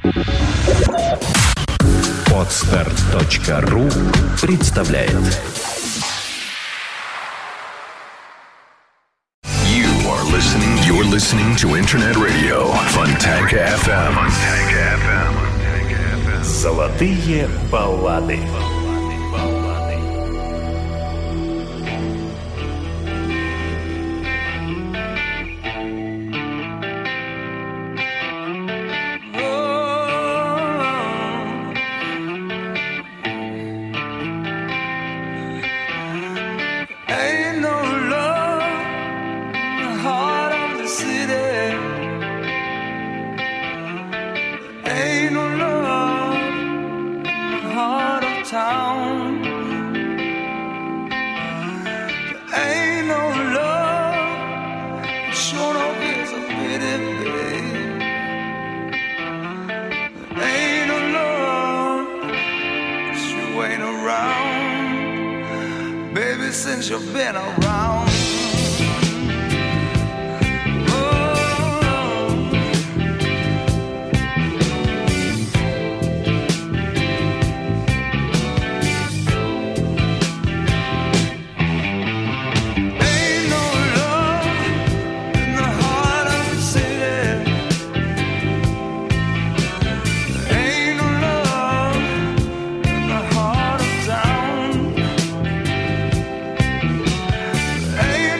Podster.ru представляет. You're listening to Internet Radio Fontanka FM. Золотые баллады. Since you've been around. Ain't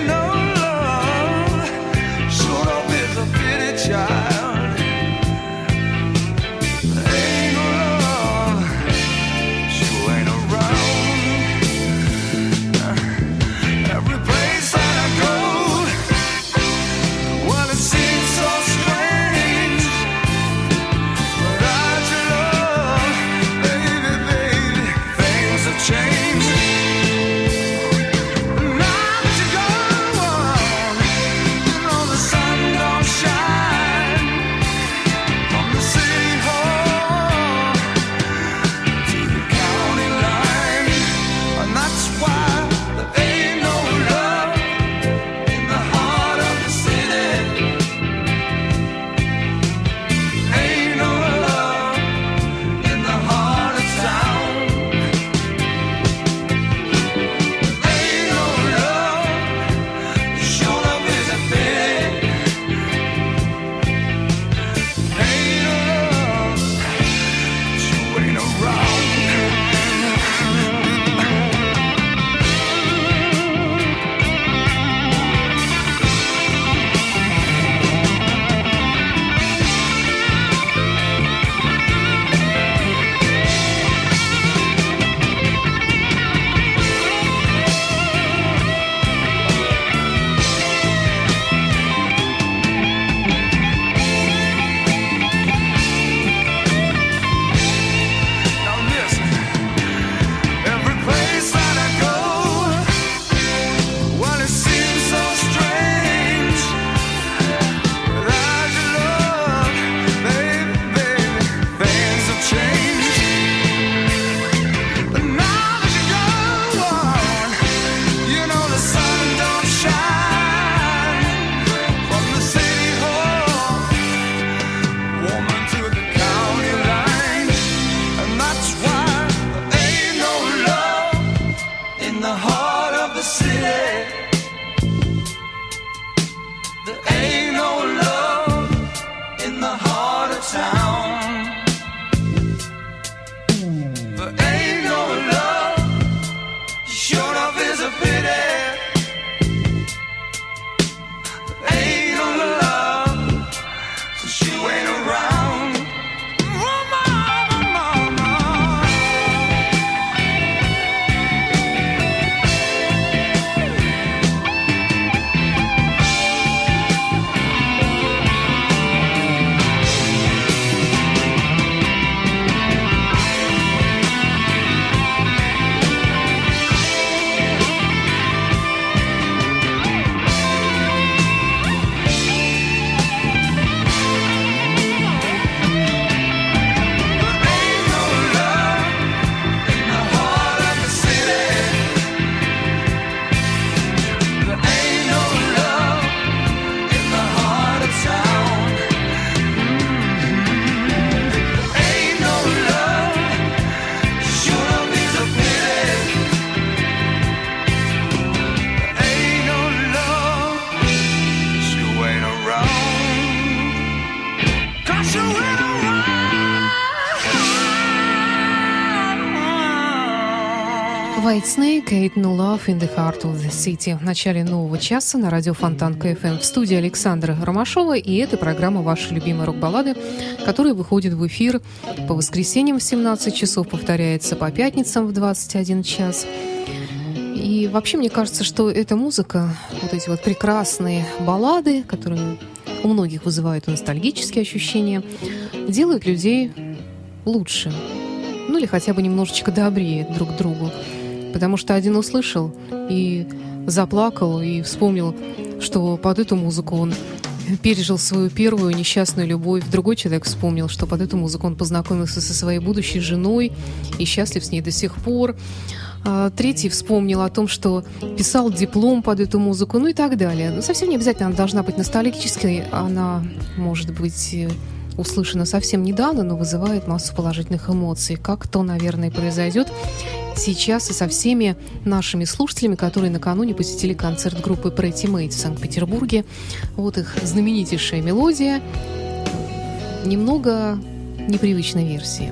Whitesnake, Ain't No Love in the Heart of the City. В начале нового часа на радио Фонтан КФМ в студии Александра Ромашова. И это программа «Ваши любимые рок-баллады», которая выходит в эфир по воскресеньям в 17 часов, повторяется по пятницам в 21 час. И вообще мне кажется, что эта музыка, вот эти вот прекрасные баллады, которые у многих вызывают ностальгические ощущения, делают людей лучше. Ну или хотя бы немножечко добрее друг к другу. Потому что один услышал и заплакал, и вспомнил, что под эту музыку он пережил свою первую несчастную любовь. Другой человек вспомнил, что под эту музыку он познакомился со своей будущей женой и счастлив с ней до сих пор. Третий вспомнил о том, что писал диплом под эту музыку, ну и так далее. Но совсем не обязательно она должна быть ностальгической, она может быть услышана совсем недавно, но вызывает массу положительных эмоций. Как то, наверное, произойдет сейчас и со всеми нашими слушателями, которые накануне посетили концерт группы Pretty Mate в Санкт-Петербурге. Вот их знаменитейшая мелодия, немного непривычной версии.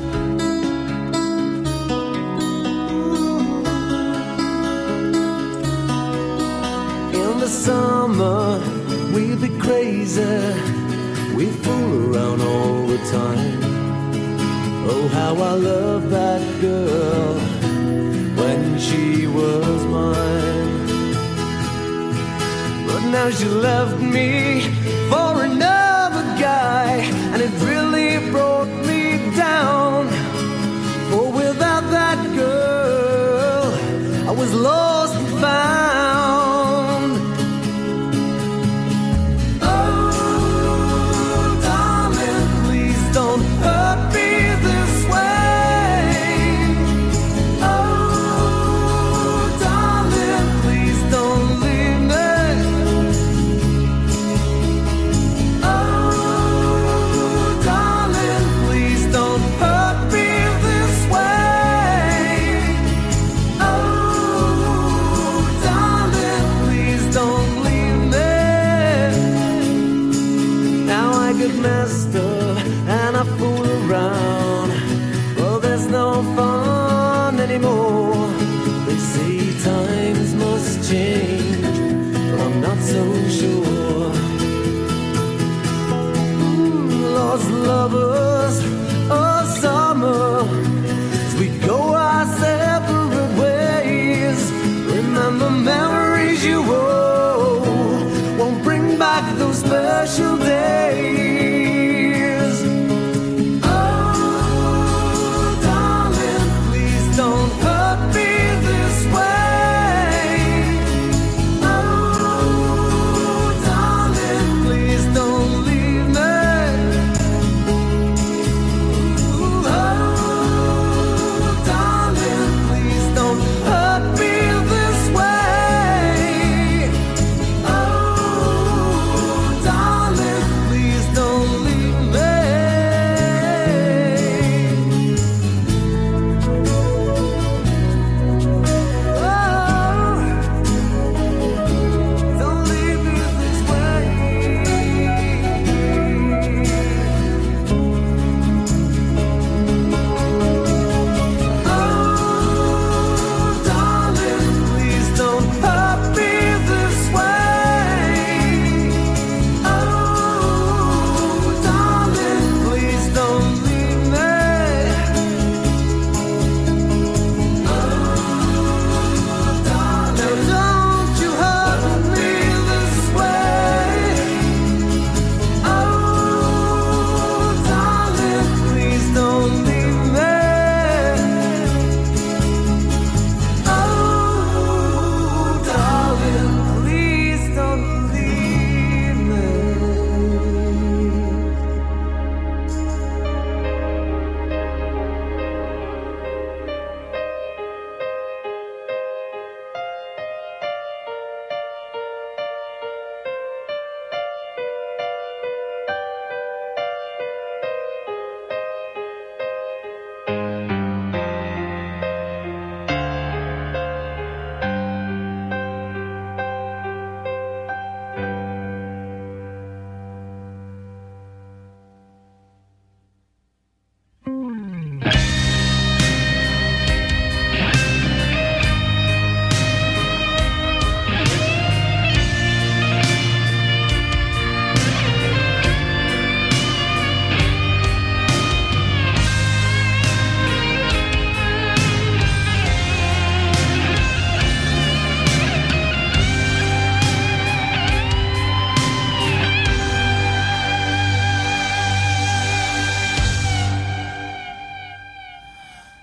In the summer, we'll be crazy. We fool around all the time. Oh, how I love that girl when she was mine. But now she left me for another guy, and it really brought me down. For without that girl, I was lost and found. Lovers of summer, as we go our separate ways. Remember memories you owe, won't bring back those special days. Oh,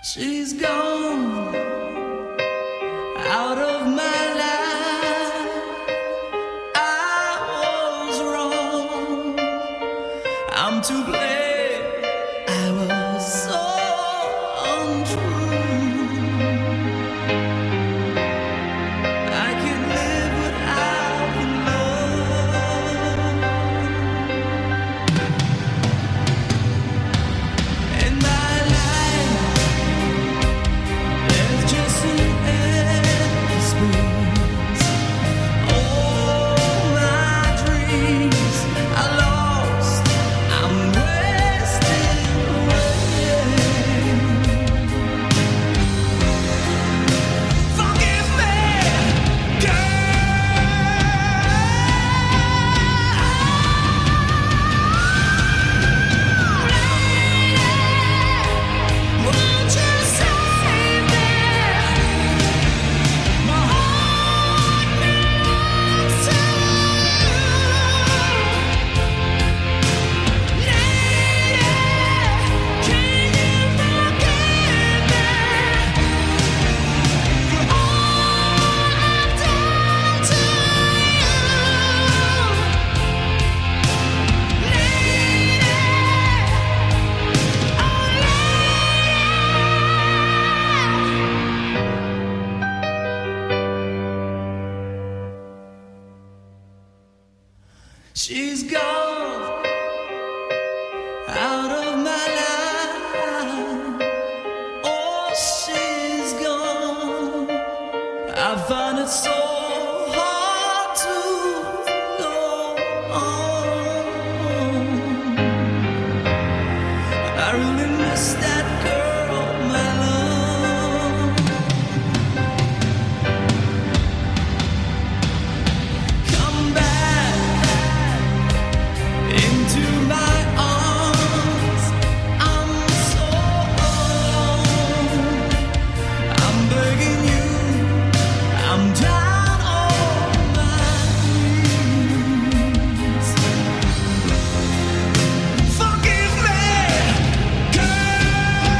She's gone out of my life. I was wrong. I'm to blame. I was so untrue. I can't live without the love. In my life, there's just an empty space. All my dreams are lost. I'm wasting away. Forgive me, won't you save me? My heart belongs to you. Lady, can you forgive me for all I've done to you? She's gone out of my life. Oh, she's gone. I find it so hard to go on. I really miss that girl, my love. Come back into my arms. I'm so alone. I'm begging you. I'm down on my knees. Forgive me, girl.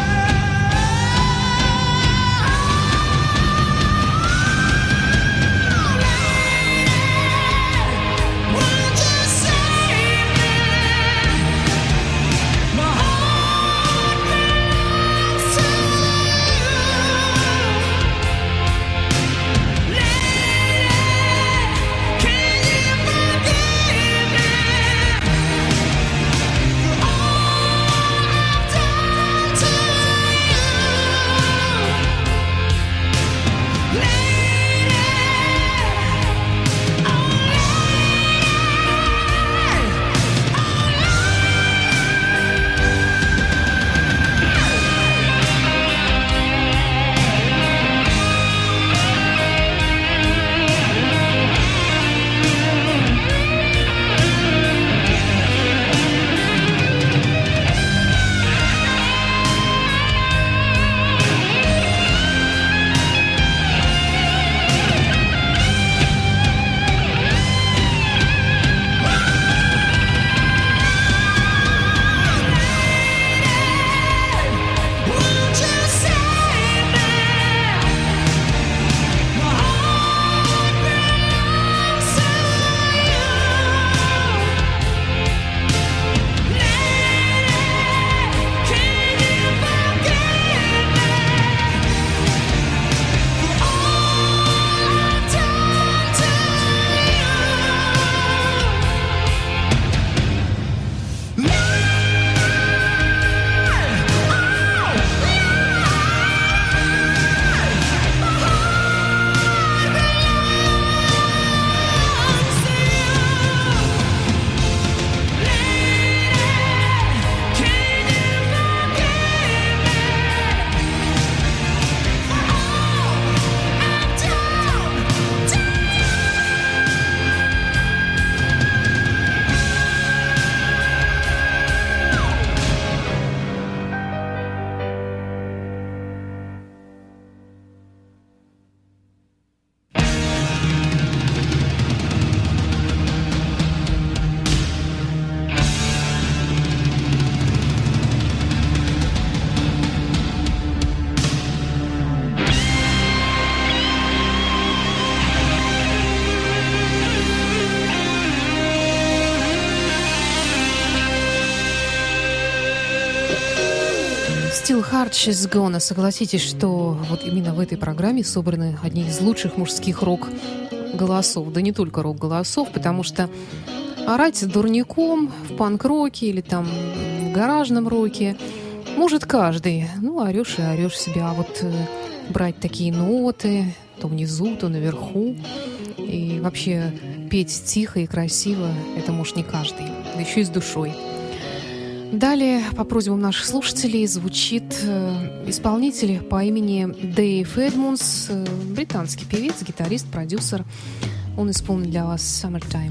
Still Hard She's Gonna. Согласитесь, что вот именно в этой программе собраны одни из лучших мужских рок-голосов. Да не только рок-голосов, потому что орать дурником в панк-роке или там в гаражном роке может каждый. Ну, орешь и орешь себя. А вот брать такие ноты, то внизу, то наверху, и вообще петь тихо и красиво, это может не каждый, да еще и с душой. Далее, по просьбам наших слушателей, звучит исполнитель по имени Дэйв Эдмундс, британский певец, гитарист, продюсер. Он исполнит для вас «Summertime».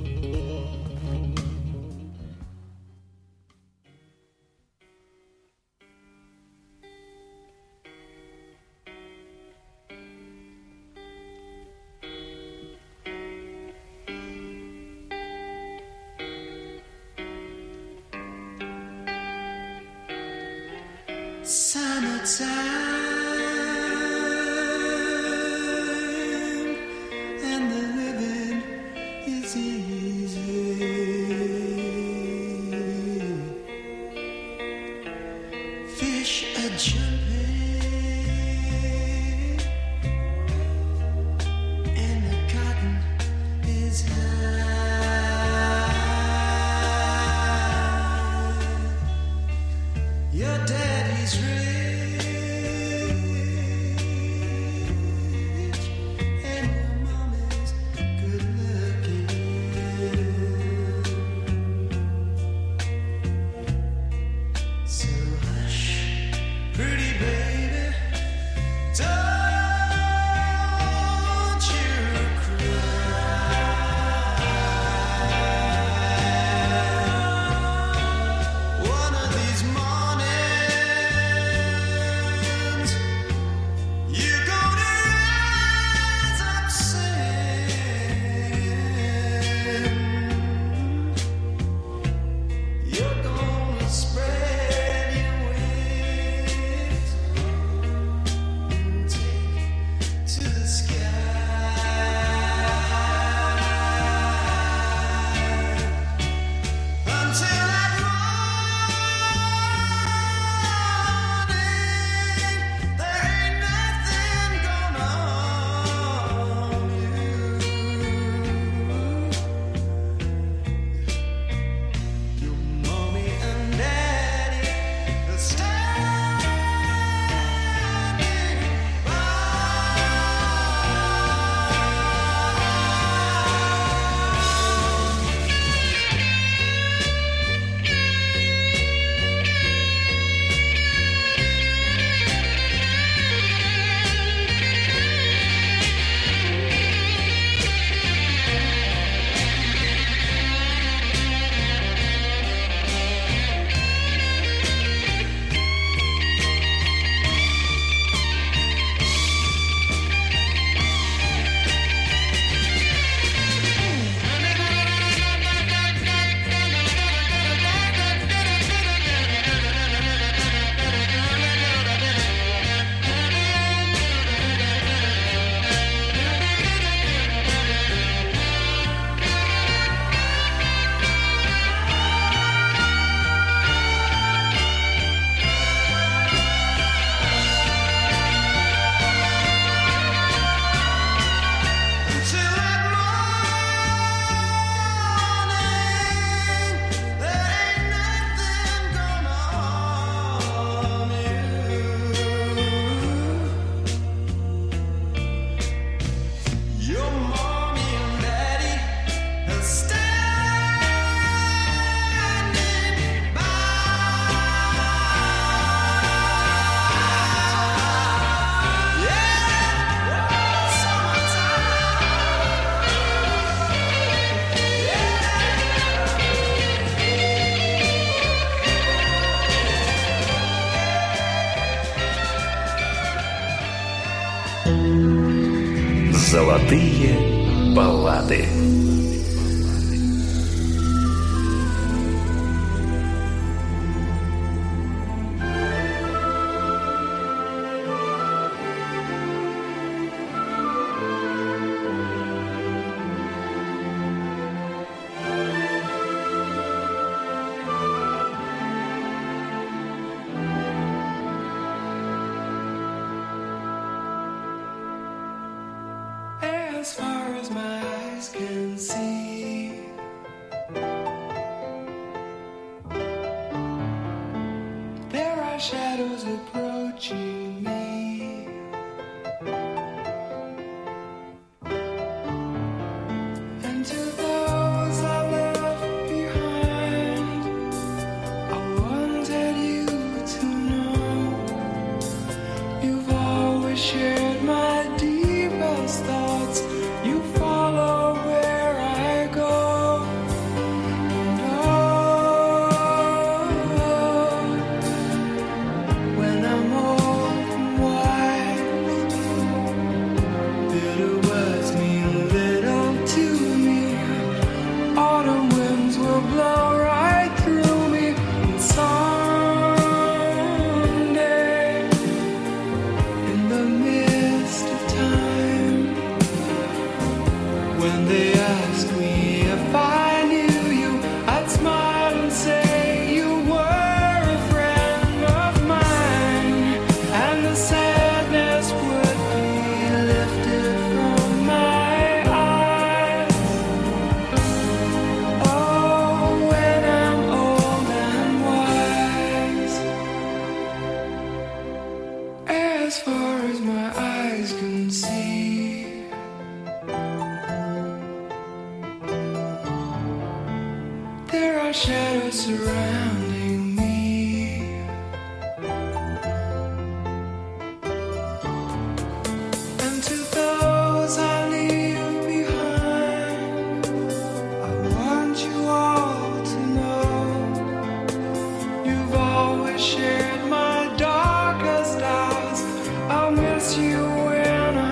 Summertime, and the living is easy. Fish are jumping, and the cotton is high. Your daddy's rich. Золотые баллады. as far as my eyes can see. There are shadows approaching me. And to those I left behind, I wanted you to know you've always shared my deepest thoughts. You follow where I go. And oh, when I'm old and wise, bitter words mean little to me. Autumn winds will blow right through me. And someday, in the mist of time, when they ask me if I knew you, I'd smile and say you were a friend of mine, and the sadness would be lifted from my eyes. Oh, when I'm old and wise, as far as my eyes can see. There are shadows surrounding me. And to those I leave behind, I want you all to know you've always shared my darkest hours. I'll miss you when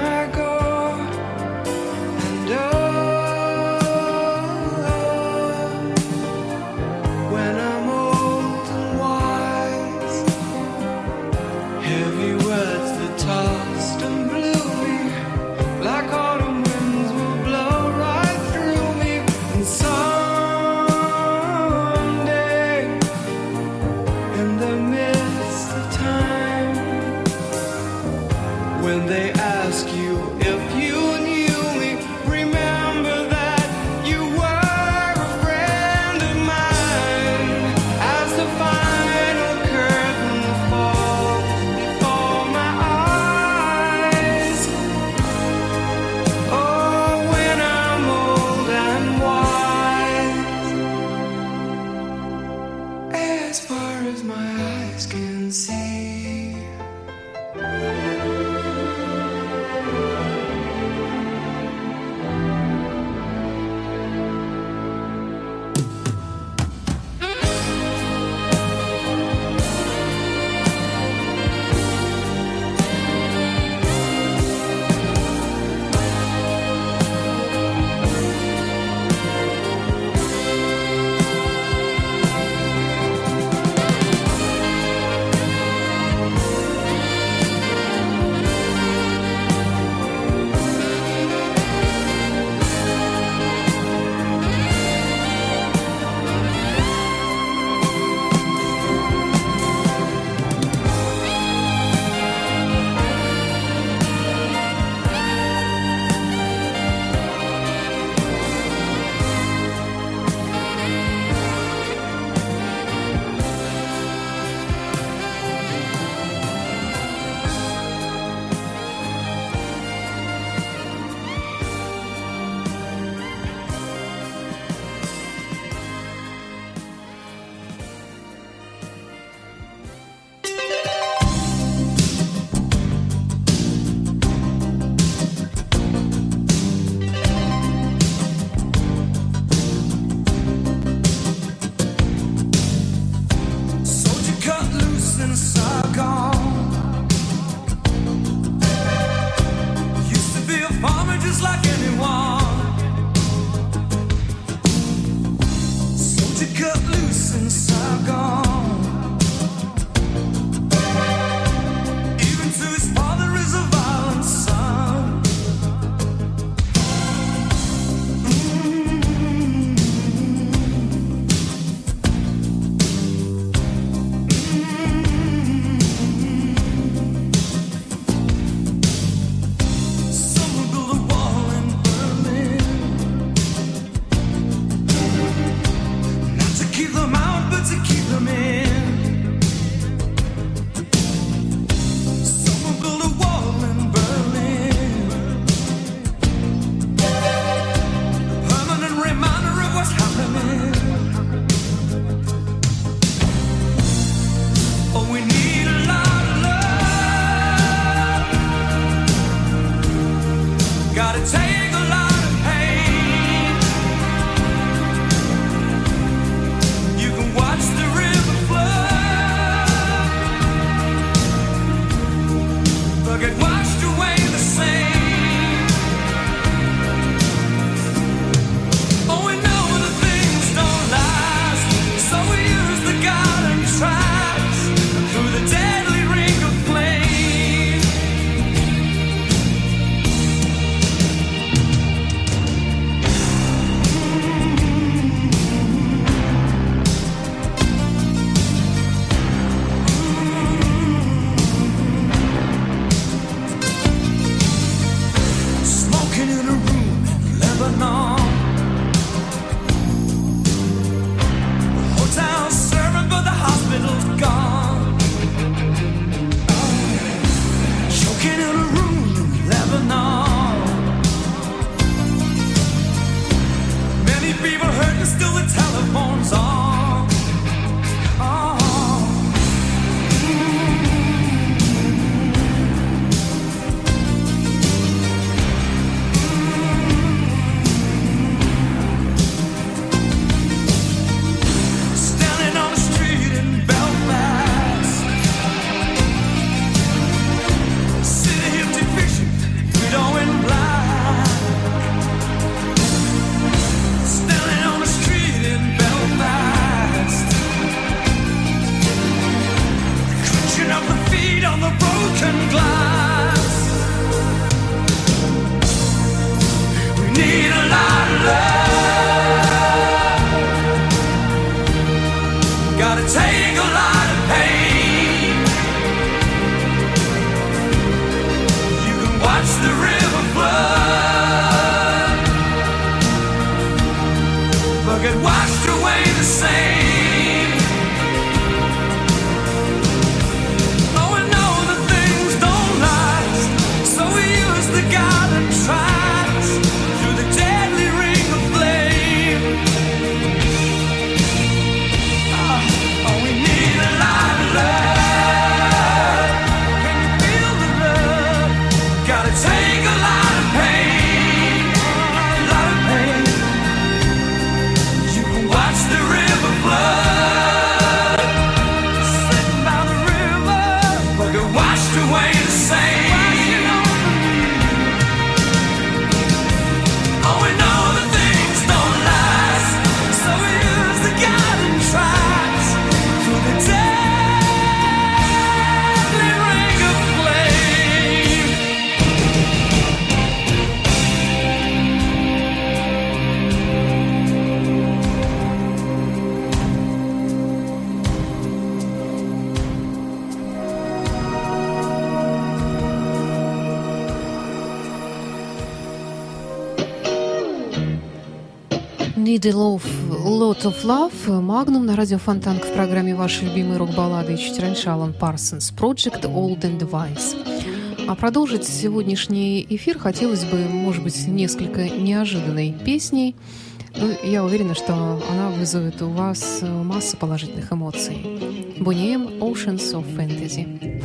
Need a Lot of Love, Магнум на радио Фонтанка в программе «Ваши любимые рок-баллады», и чуть раньше Alan Parsons, Project Old and Wise. А продолжить сегодняшний эфир хотелось бы, может быть, несколько неожиданной песней. Но я уверена, что она вызовет у вас массу положительных эмоций. Boney M, Oceans of Fantasy.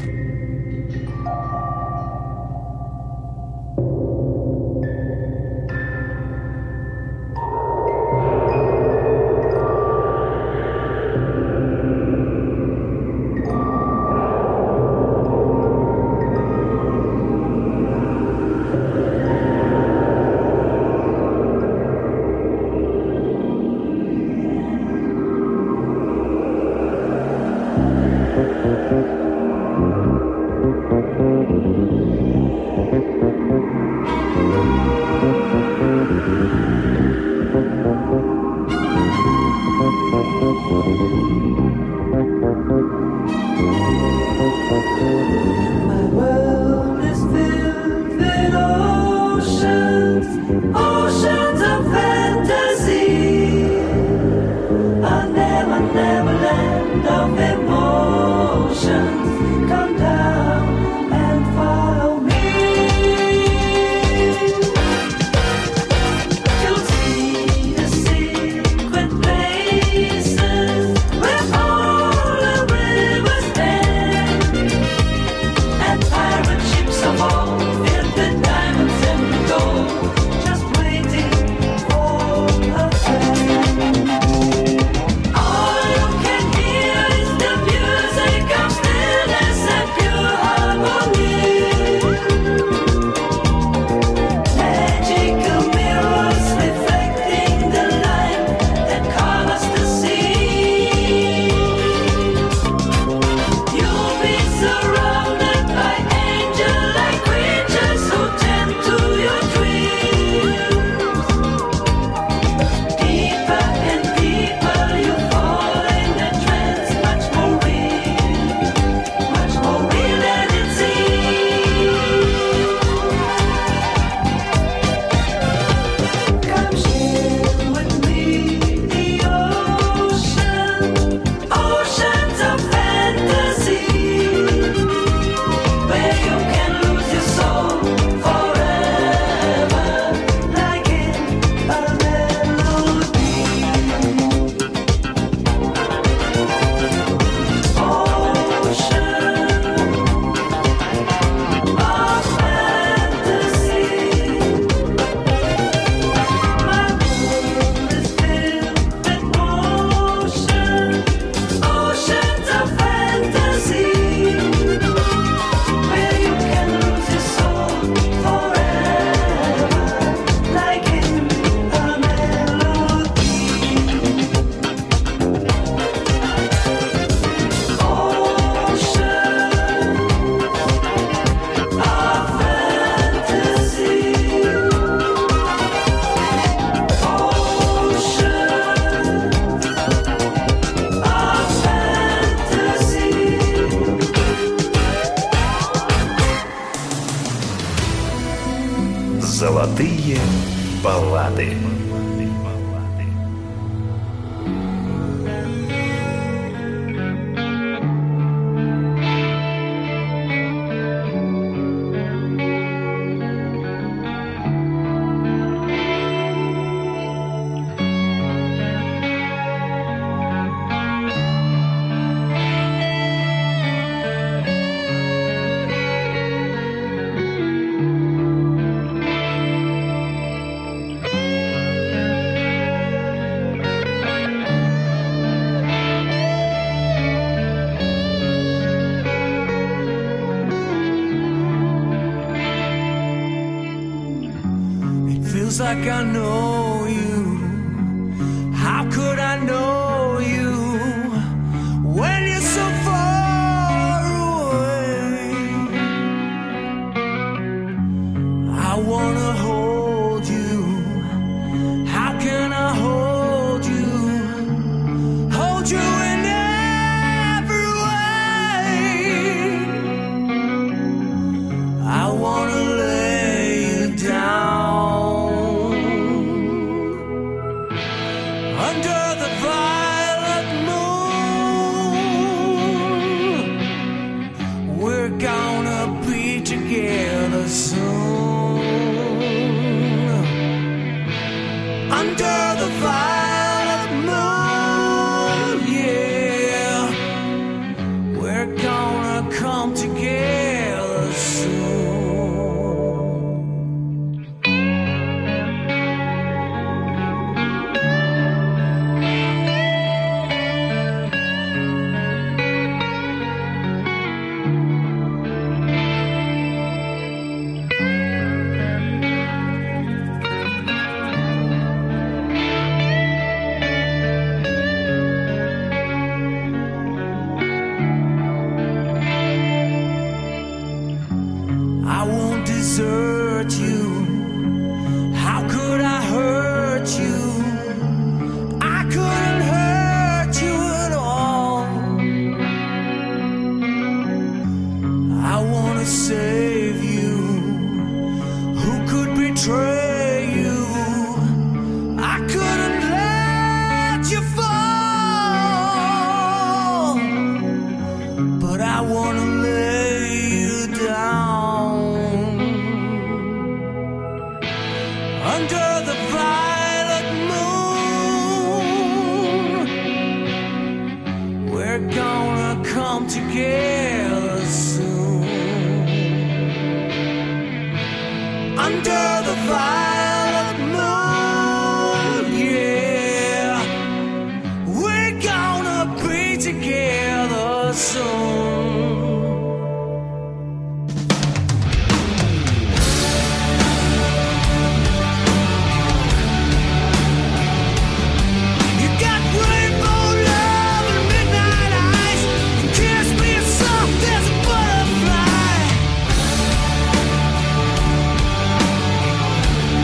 Золотые баллады. Like I know you. How could I know you when you're so far away? I wanna hold you. How can I hold you? Hold you in every way. I wanna lay you down. we're gonna be together soon. Under the violet moon, yeah, we're gonna come together soon. I won't desert you. How could I hurt you? I couldn't hurt you at all. I wanna save you. Who could betray you? I couldn't let you fall, but I wanna lay you down under the violet moon. We're gonna come together soon. Under the violet moon, yeah, we're gonna be together soon. You got rainbow love and midnight eyes. You kiss me soft as a butterfly.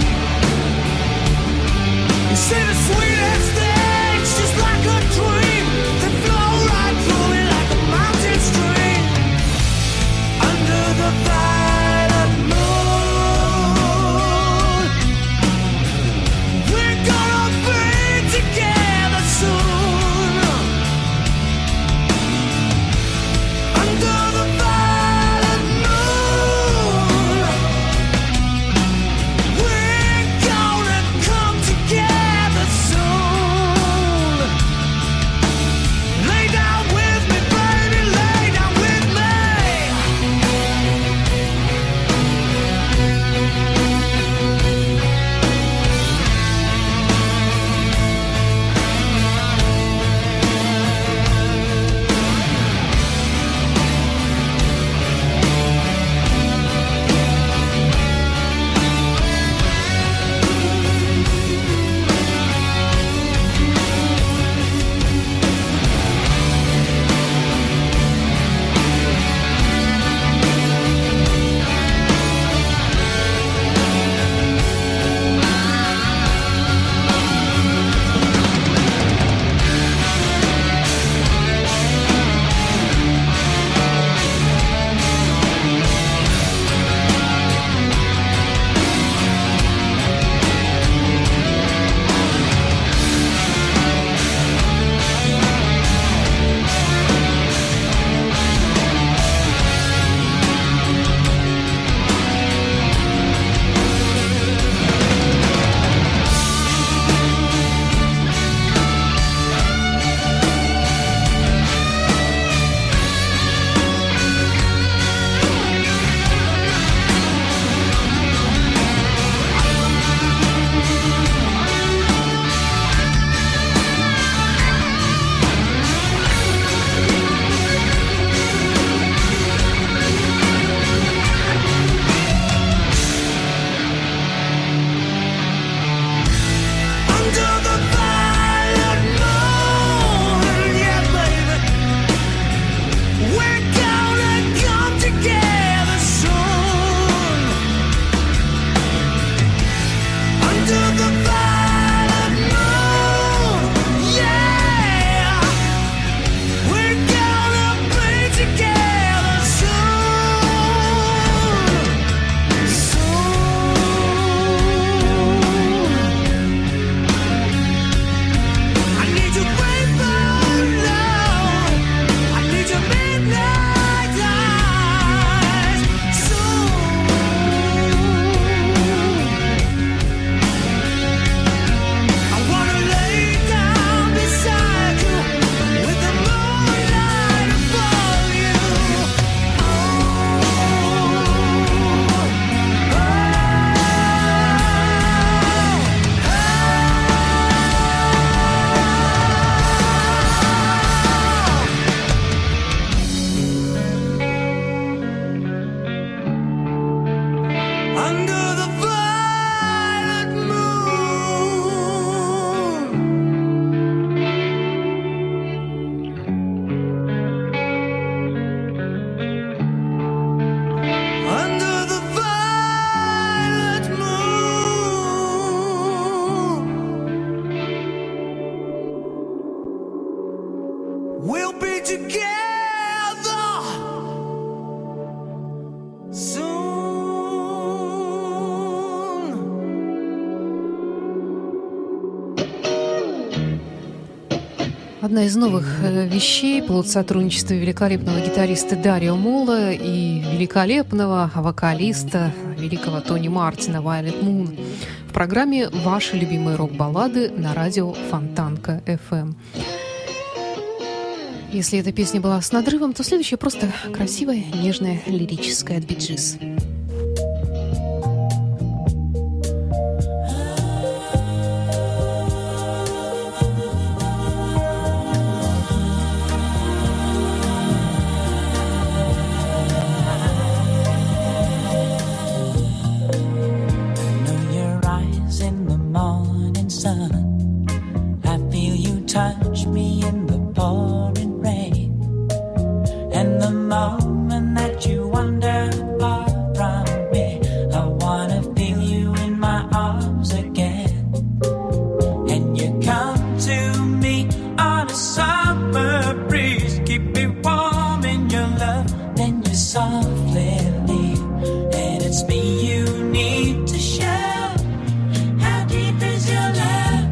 одна из новых вещей плод сотрудничества великолепного гитариста Дарио Моло и великолепного вокалиста великого Тони Мартина Violet Moon в программе «Ваши любимые рок-баллады» на радио Фонтанка FM. Если эта песня была с надрывом, то следующая просто красивая, нежная, лирическая от Bee Gees. Touch me in the pouring rain, and the moment that you wander far from me, I wanna feel you in my arms again. And you come to me on a summer breeze, keep me warm in your love, then you softly leave, and it's me you need to show. How deep is your love?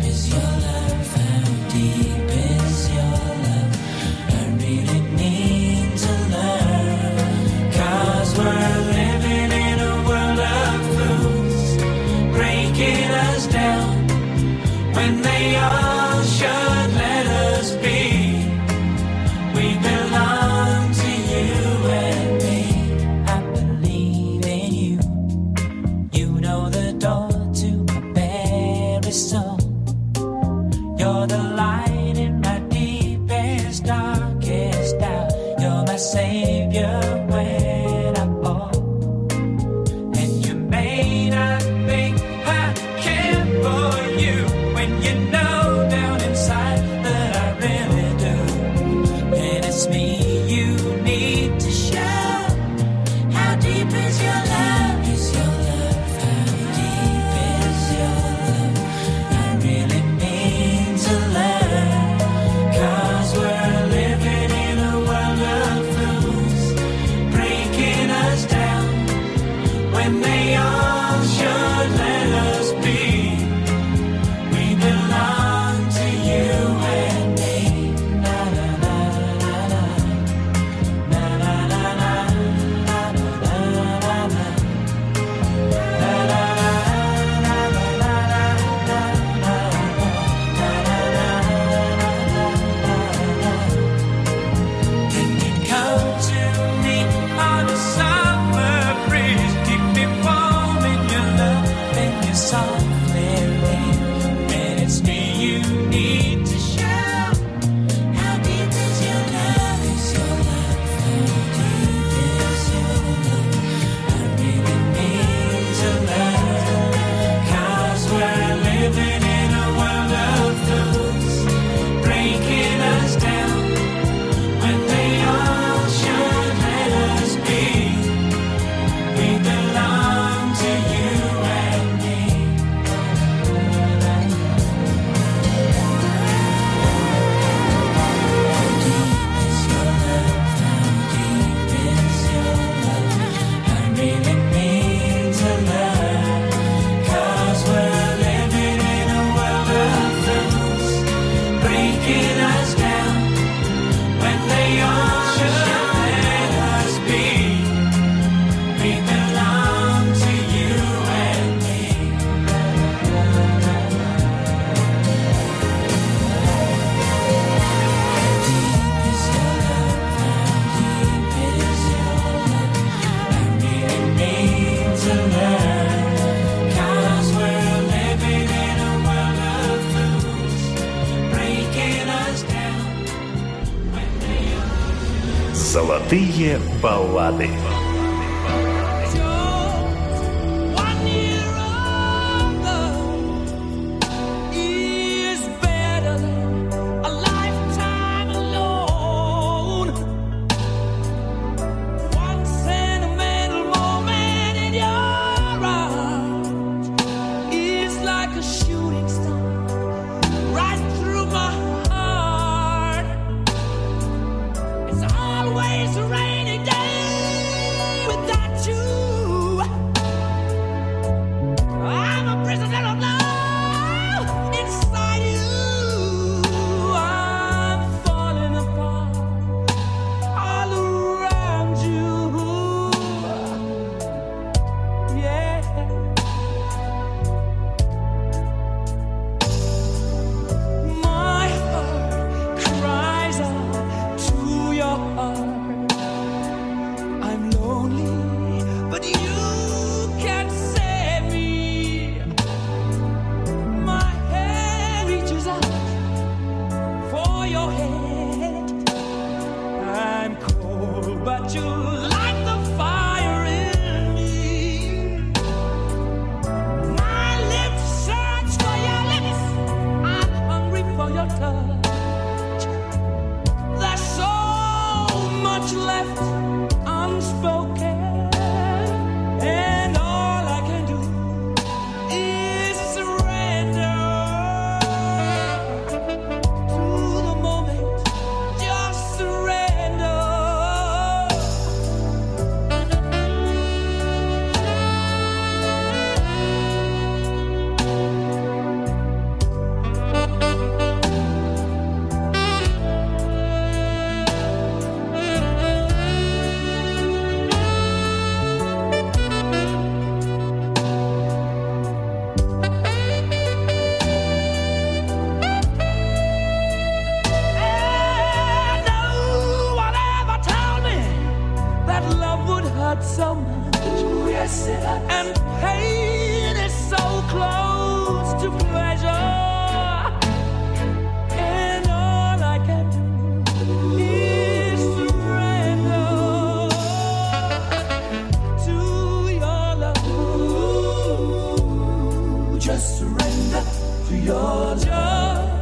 When they all should let us be, we belong to you and me. I believe in you. You know the door to my very soul. You're the light in my deepest, darkest doubt. You're my savior when I fall. And you may not think I care for you, when you know down inside that I really do. And it's me you need to show. How deep is your love? Is your love? How deep is your love? I really mean to learn, 'cause we're living in a world of fools, breaking us down when they all should let us be. We belong to you and me. Na na na na na. Na na na na. Na na na na. Na na na na na. Can you come to me on a summer breeze, keep me warm in your love, and you softly leave. It's me you need to show. How deep is your love? Is your love? How deep is your love? I really need to learn, 'cause we're living in a world of fools, breaking us down when they all should let us be. We belong to you and me. Золотые баллады. Always a rainy day. hurt so much. Yes, it hurts. And pain is so close to pleasure. And all I can do is surrender to your love. Just surrender to your love.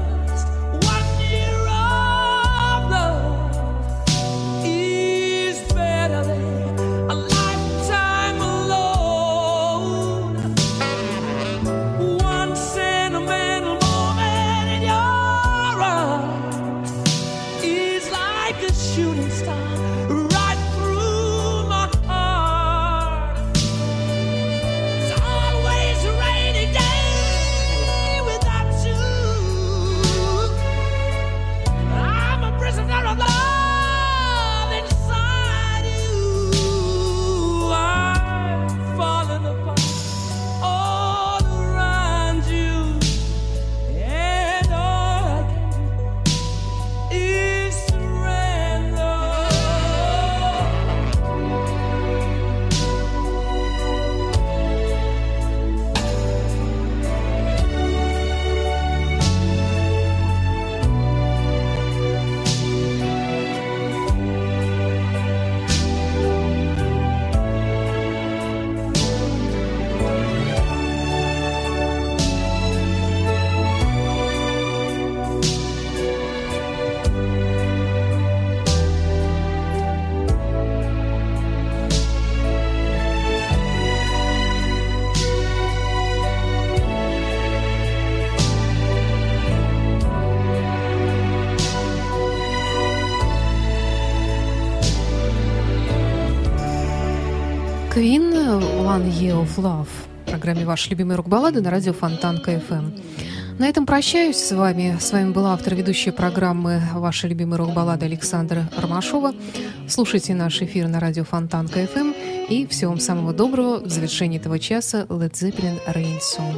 Queen, One Year of Love, в программе «Ваши любимые рок-баллады» на радио Фонтанка FM. На этом прощаюсь с вами. С вами была автор ведущей программы «Ваши любимые рок-баллады» Александра Ромашова. Слушайте наш эфир на радио Фонтанка FM. И всего вам самого доброго в завершении этого часа. Led Zeppelin Rain Song.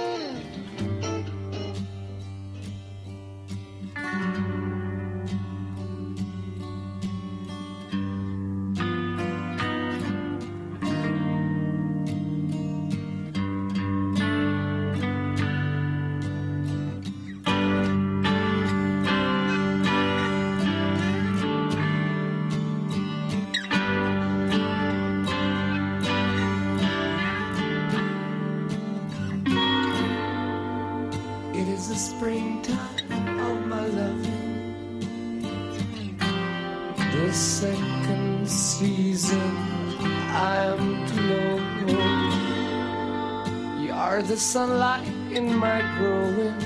The sunlight in my growing,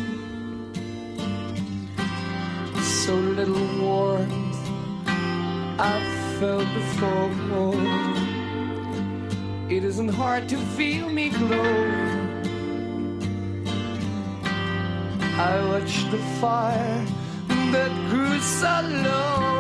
so little warmth I've felt before. It isn't hard to feel me glow. I watched the fire that grew so low.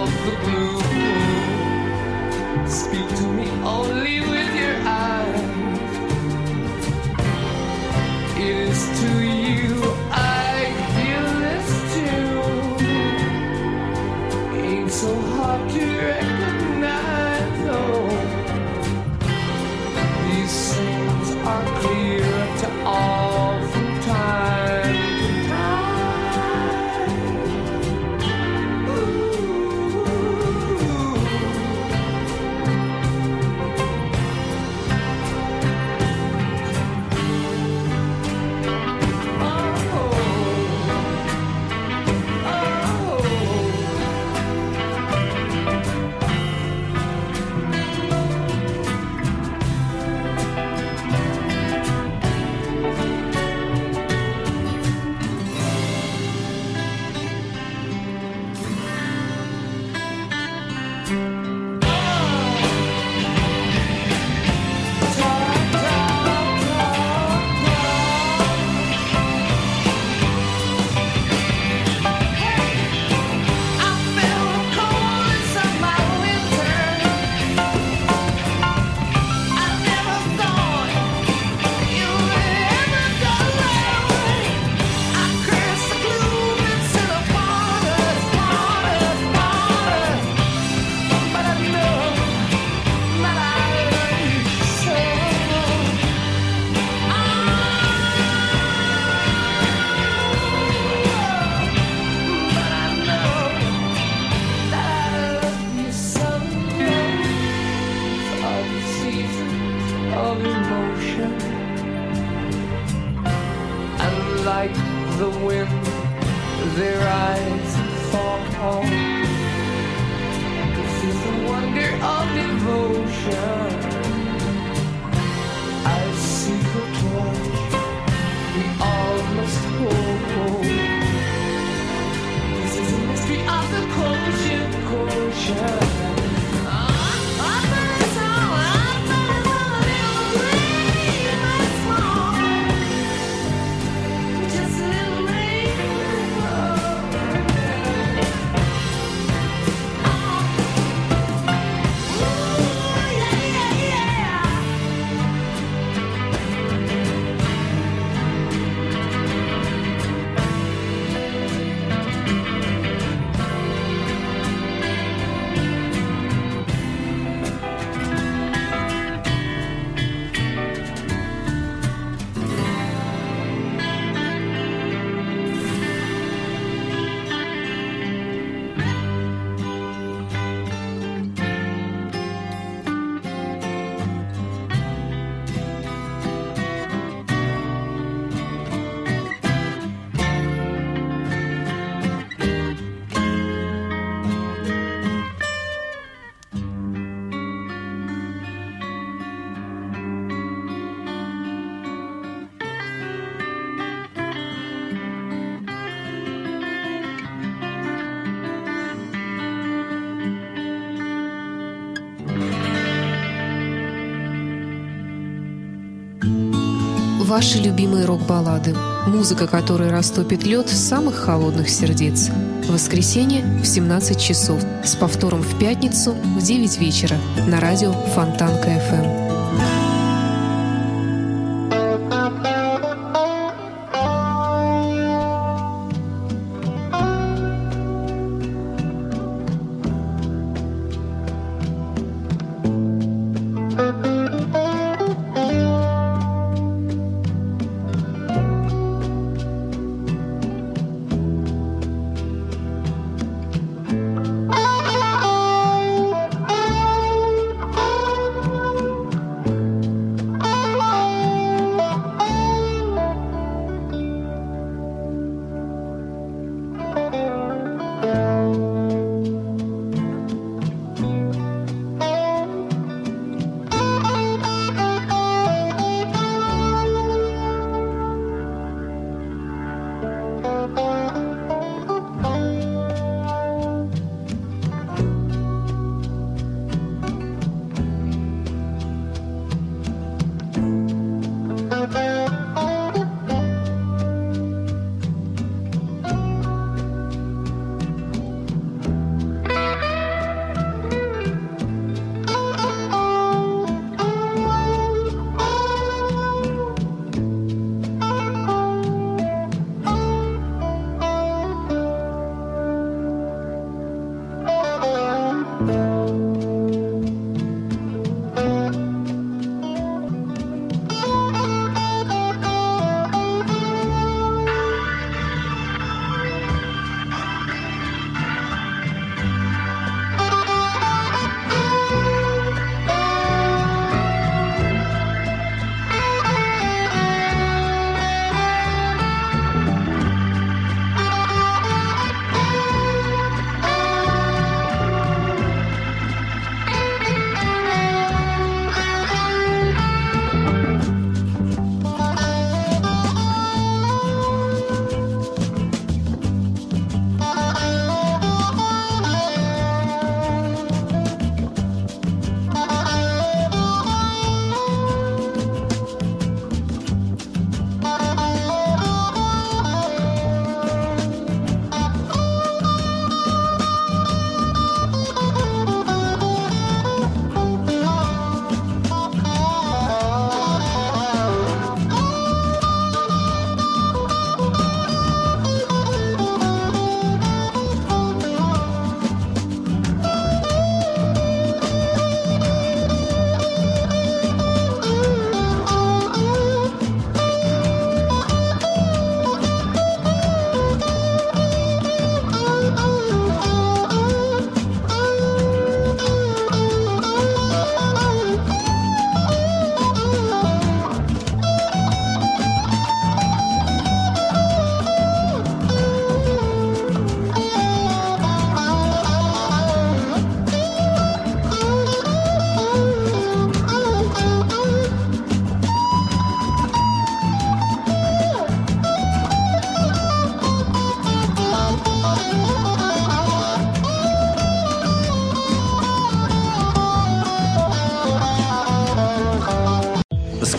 of the blue. Speak to me only with your eyes. It is to you I feel this tune. Ain't so hard to recognize, oh. These things are clear to all from time to time. The wind, their eyes fall. This is the wonder of devotion. I see the torch we all must hold. This is the mystery of the quotient. Ваши любимые рок-баллады. Музыка, которая растопит лед самых холодных сердец. В воскресенье в 17 часов. С повтором в пятницу в 9 вечера. На радио Фонтанка FM.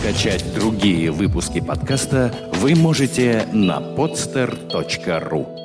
Скачать другие выпуски подкаста вы можете на podster.ru.